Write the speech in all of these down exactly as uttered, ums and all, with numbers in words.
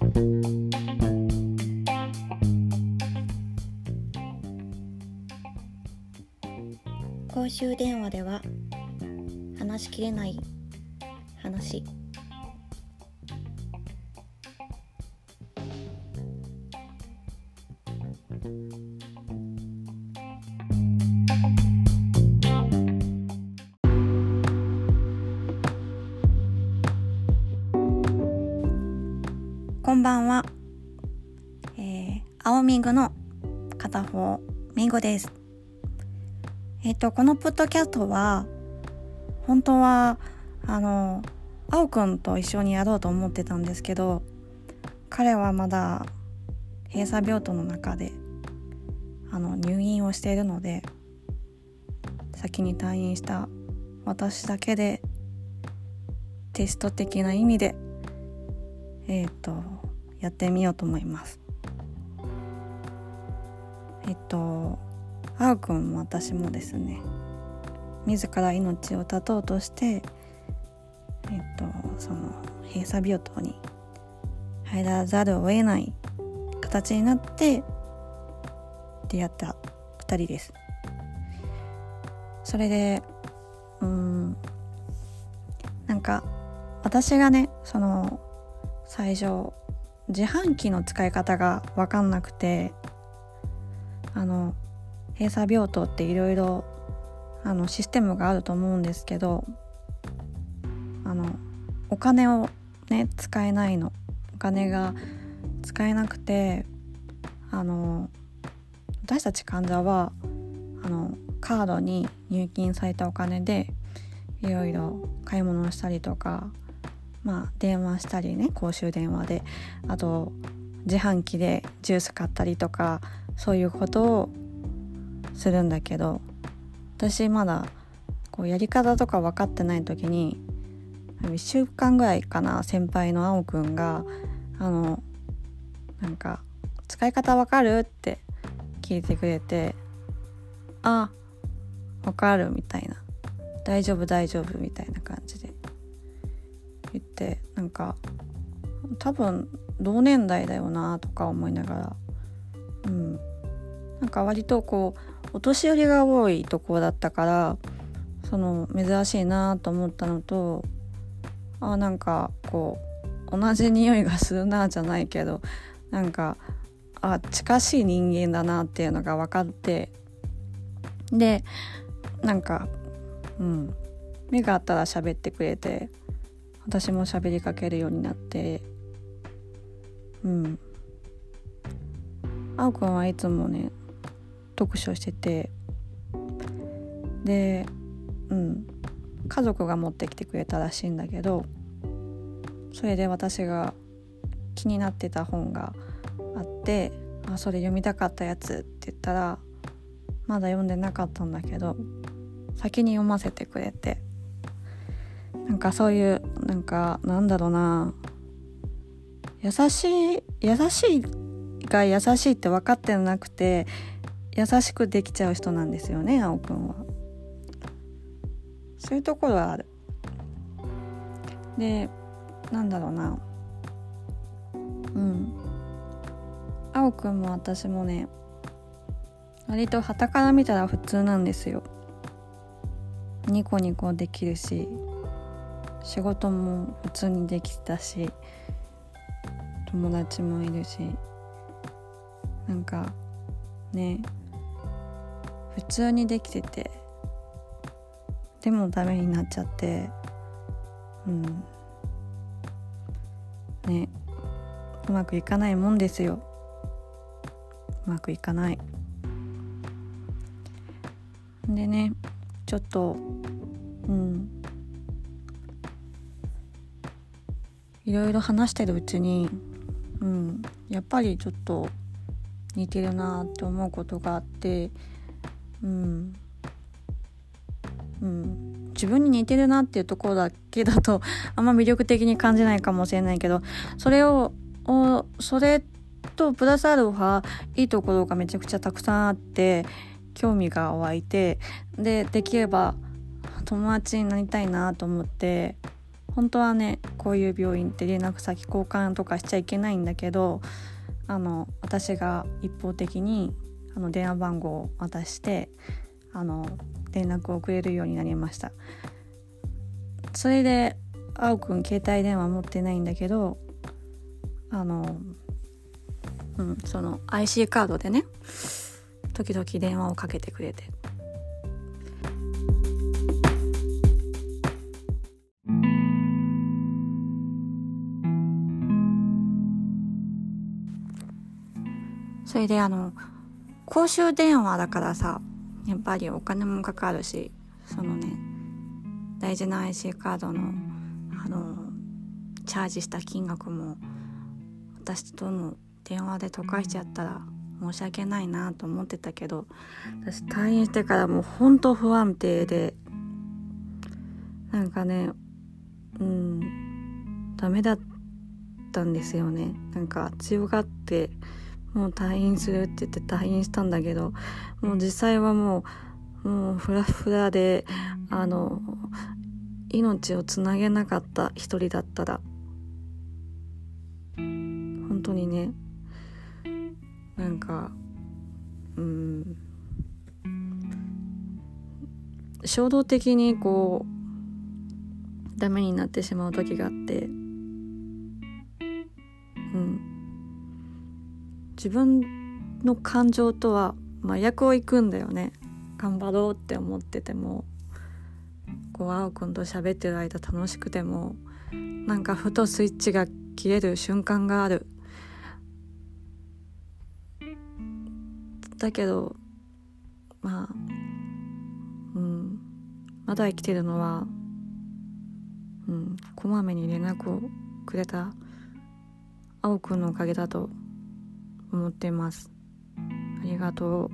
公衆電話では話しきれない話。こんばんは、えー、青みぐの片方みぐです。えっとこのポッドキャストは本当はあの青くんと一緒にやろうと思ってたんですけど、彼はまだ閉鎖病棟の中であの入院をしているので、先に退院した私だけでテスト的な意味でえっとやってみようと思います。えっと青くんも私もですね、自ら命を絶とうとしてえっとその閉鎖病棟に入らざるを得ない形になって出会ったふたりです。それでうーんなんか私がね、その最初自販機の使い方が分かんなくて、あの閉鎖病棟っていろいろあのシステムがあると思うんですけど、あのお金をね使えないのお金が使えなくて、あの私たち患者はあのカードに入金されたお金でいろいろ買い物をしたりとか、まあ電話したりね、公衆電話で、あと自販機でジュース買ったりとか、そういうことをするんだけど、私まだこうやり方とか分かってない時にいっしゅうかんぐらいかな、先輩の青くんがあのなんか使い方分かるって聞いてくれて、あ分かるみたいな、大丈夫大丈夫みたいな感じで言って、なんか多分同年代だよなとか思いながら、うんなんか割とこうお年寄りが多いところだったから、その珍しいなと思ったのと、あなんかこう同じ匂いがするなじゃないけど、なんかあ近しい人間だなっていうのが分かって、でなんかうん目があったら喋ってくれて、私も喋りかけるようになって、うん青くんはいつもね読書してて、で、うん、家族が持ってきてくれたらしいんだけど、それで私が気になってた本があって、あそれ読みたかったやつって言ったら、まだ読んでなかったんだけど先に読ませてくれて、なんかそういうなんかなんだろうな、優しい優しいが優しいって分かってなくて優しくできちゃう人なんですよね、青くんは。そういうところはある。でなんだろうな、うん青くんも私もね、割と傍から見たら普通なんですよ。ニコニコできるし、仕事も普通にできたし、友達もいるし、なんかね普通にできてて、でもダメになっちゃって、うんねうまくいかないもんですよ。うまくいかない。でねちょっとうんいろいろ話してるうちに、うん、やっぱりちょっと似てるなって思うことがあって、うんうん、自分に似てるなっていうところだけだとあんま魅力的に感じないかもしれないけど、それをおそれとプラスアルファいいところがめちゃくちゃたくさんあって、興味が湧いて、でできれば友達になりたいなと思って、 本当はねこういう病院って連絡先交換とかしちゃいけないんだけど、あの私が一方的にあの電話番号を渡してあの連絡をくれるようになりました。それであおくん携帯電話持ってないんだけど、あの、うん、その アイシー カードでね時々電話をかけてくれて、それであの公衆電話だからさ、やっぱりお金もかかるし、そのね大事な アイシー カードのあのチャージした金額も私との電話で溶かしちゃったら申し訳ないなと思ってたけど、私退院してからもうほんと不安定で、なんかねうんダメだったんですよね。なんか強がってもう退院するって言って退院したんだけど、もう実際はもうもうフラフラで、あの命をつなげなかった一人だったら本当にね、なんかうん衝動的にこうダメになってしまう時があって、うん自分の感情とは真逆をいくんだよね。頑張ろうって思ってても、こうあおくんと喋ってる間楽しくても、なんかふとスイッチが切れる瞬間がある。だけどまあうんまだ生きてるのは、うんこまめに連絡をくれたあおくんのおかげだと思ってます。ありがとう。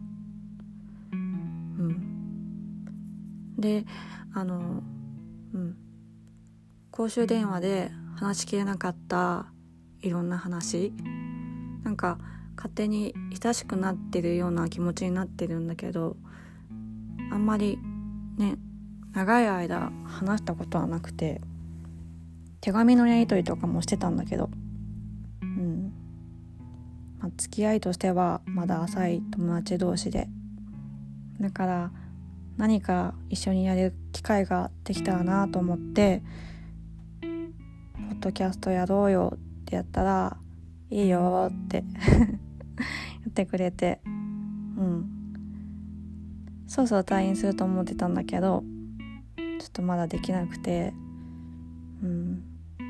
うんであのうん公衆電話で話しきれなかったいろんな話、なんか勝手に親しくなってるような気持ちになってるんだけど、あんまりね長い間話したことはなくて、手紙のやり取りとかもしてたんだけど、うんまあ、付き合いとしてはまだ浅い友達同士で、だから何か一緒にやる機会ができたらなと思って、ポッドキャストやろうよってやったらいいよって言ってくれて、うんそうそう退院すると思ってたんだけど、ちょっとまだできなくて、うん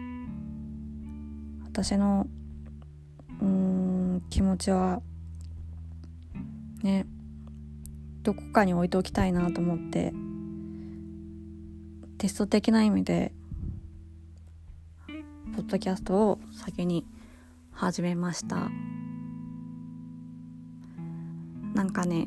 私のうーん気持ちはねどこかに置いておきたいなと思って、テスト的な意味でポッドキャストを先に始めました。なんかね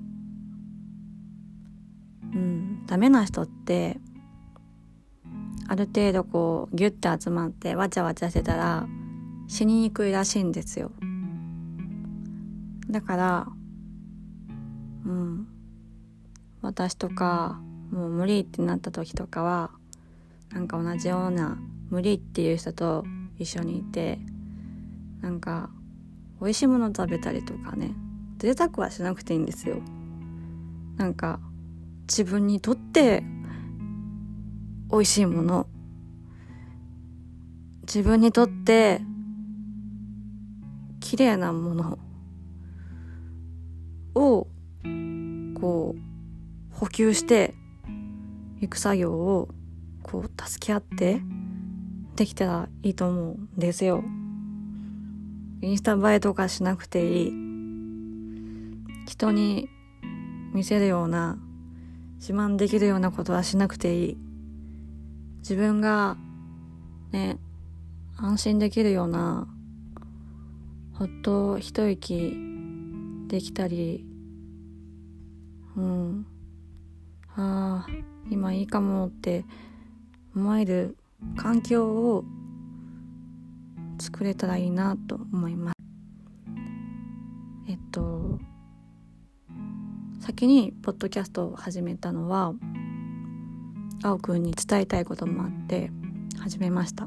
うんダメな人ってある程度こうギュッて集まってわちゃわちゃしてたら死ににくいらしいんですよ。だからうん私とかもう無理ってなった時とかは、なんか同じような無理っていう人と一緒にいて、なんか美味しいもの食べたりとかね、贅沢はしなくていいんですよ。なんか自分にとって美味しいもの、自分にとって綺麗なものをこう補給していく作業をこう助け合ってできたらいいと思うんですよ。インスタ映えとかしなくていい、人に見せるような自慢できるようなことはしなくていい、自分がね安心できるような、ほっと一息できたり、うんああ今いいかもって思える環境を作れたらいいなと思います。えっと先にポッドキャストを始めたのはあおくんに伝えたいこともあって、 始めました。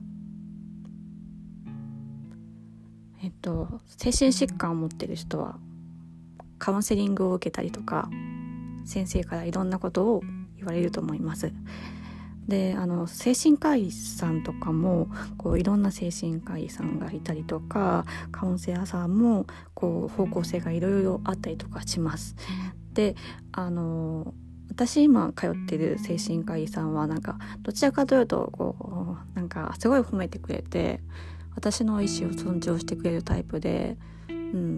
えっと精神疾患を持っている人はカウンセリングを受けたりとか、先生からいろんなことを言われると思います。で、あの精神科医さんとかもこういろんな精神科医さんがいたりとか、カウンセラーさんもこう方向性がいろいろあったりとかします。で、あの私今通ってる精神科医さんはなんかどちらかというとこうなんかすごい褒めてくれて、私の意思を尊重してくれるタイプで、うん、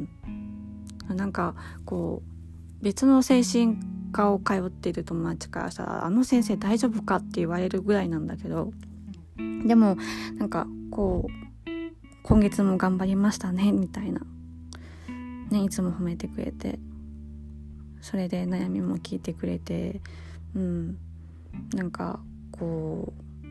なんかこう別の精神科を通っている友達からしたら、あの先生大丈夫かって言われるぐらいなんだけど、でもなんかこう今月も頑張りましたねみたいなね、いつも褒めてくれて、それで悩みも聞いてくれて、うん、なんかこう、うん、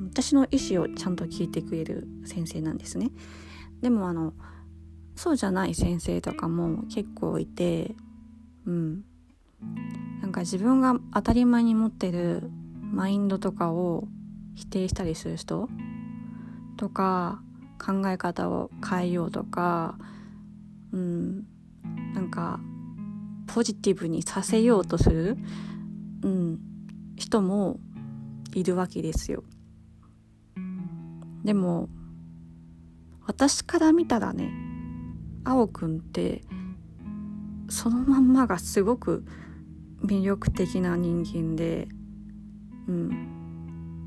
私の意思をちゃんと聞いてくれる先生なんですね。でもあのそうじゃない先生とかも結構いて、うん、なんか自分が当たり前に持ってるマインドとかを否定したりする人とか、考え方を変えようとか、うん、なんかポジティブにさせようとする、うん、人もいるわけですよ。でも私から見たらね、青くんってそのまんまがすごく魅力的な人間で、うん、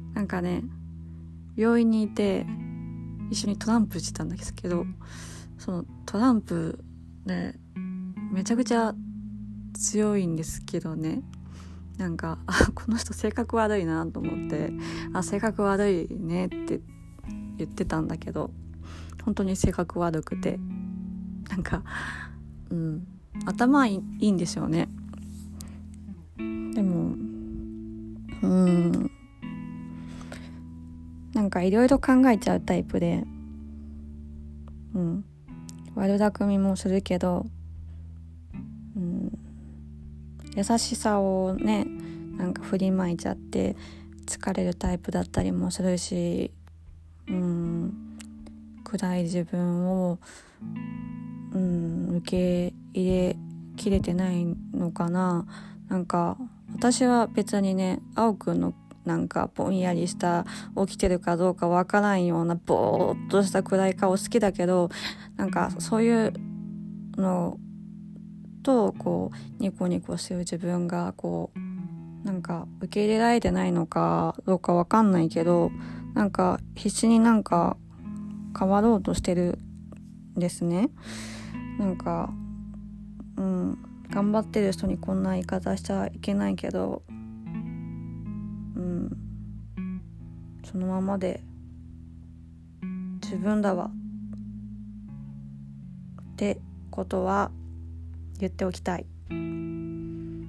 なんかね、病院にいて一緒にトランプしてたんですけど、そのトランプね、めちゃくちゃ強いんですけどね、なんかあこの人性格悪いなと思って、あ性格悪いねって言ってたんだけど、本当に性格悪くて、なんか、うん、頭いい、いいんでしょうね。でもうんなんかいろいろ考えちゃうタイプで、うん、悪巧みもするけど、うん、優しさをねなんか振りまいちゃって疲れるタイプだったりもするし、うん、暗い自分を、うん、受け入れきれてないのかな。なんか私は別にね、青くんのなんかぼんやりした起きてるかどうかわからんようなぼーっとした暗い顔好きだけど、なんかそういうのとこうニコニコしてる自分がこうなんか受け入れられてないのかどうかわかんないけど、なんか必死になんか変わろうとしてるんですね。なんかうん頑張ってる人にこんな言い方しちゃいけないけど、うんそのままで自分だわってことは言っておきたい。うん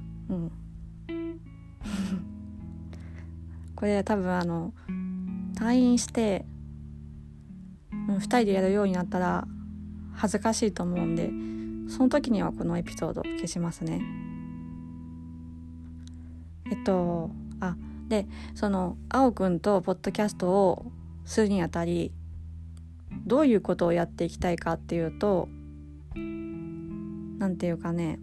これ多分あの退院してふたりでやるようになったら恥ずかしいと思うんで、その時にはこのエピソード消しますね。えっとあでその青くんとポッドキャストをするにあたりどういうことをやっていきたいかっていうと、なんていうかね、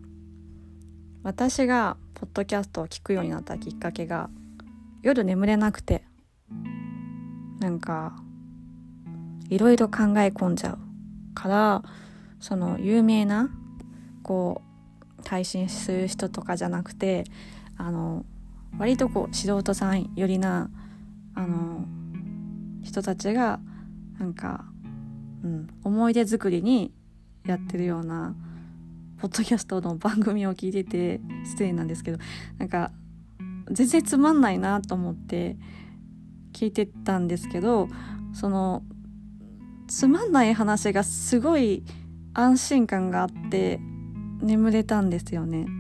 私がポッドキャストを聞くようになったきっかけが、夜眠れなくてなんかいろいろ考え込んじゃうから、その有名なこう配信する人とかじゃなくて、あの割とこう素人さん寄りなあの人たちがなんか、うん、思い出作りにやってるようなポッドキャストの番組を聞いてて、失礼なんですけど、なんか全然つまんないなと思って聞いてたんですけど、そのつまんない話がすごい安心感があって眠れたんですよね。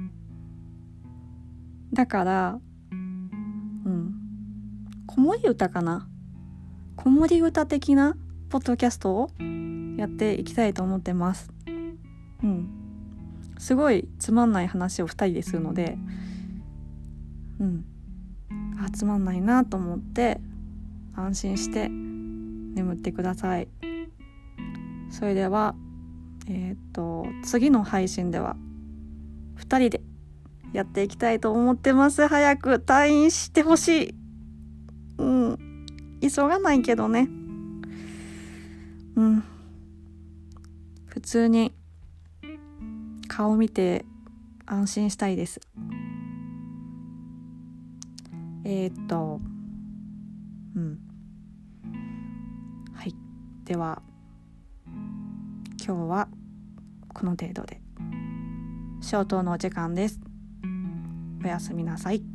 だからうん子守歌かな子守歌的なポッドキャストをやっていきたいと思ってます。うんすごいつまんない話をふたりでするので、うんあつまんないなと思って安心して眠ってください。それではえー、っと次の配信ではふたりでやっていきたいと思ってます。早く退院してほしい。うん急がないけどね。うん普通に顔見て安心したいです。えー、っとうんはいでは今日はこの程度で消灯のお時間です。おやすみなさい。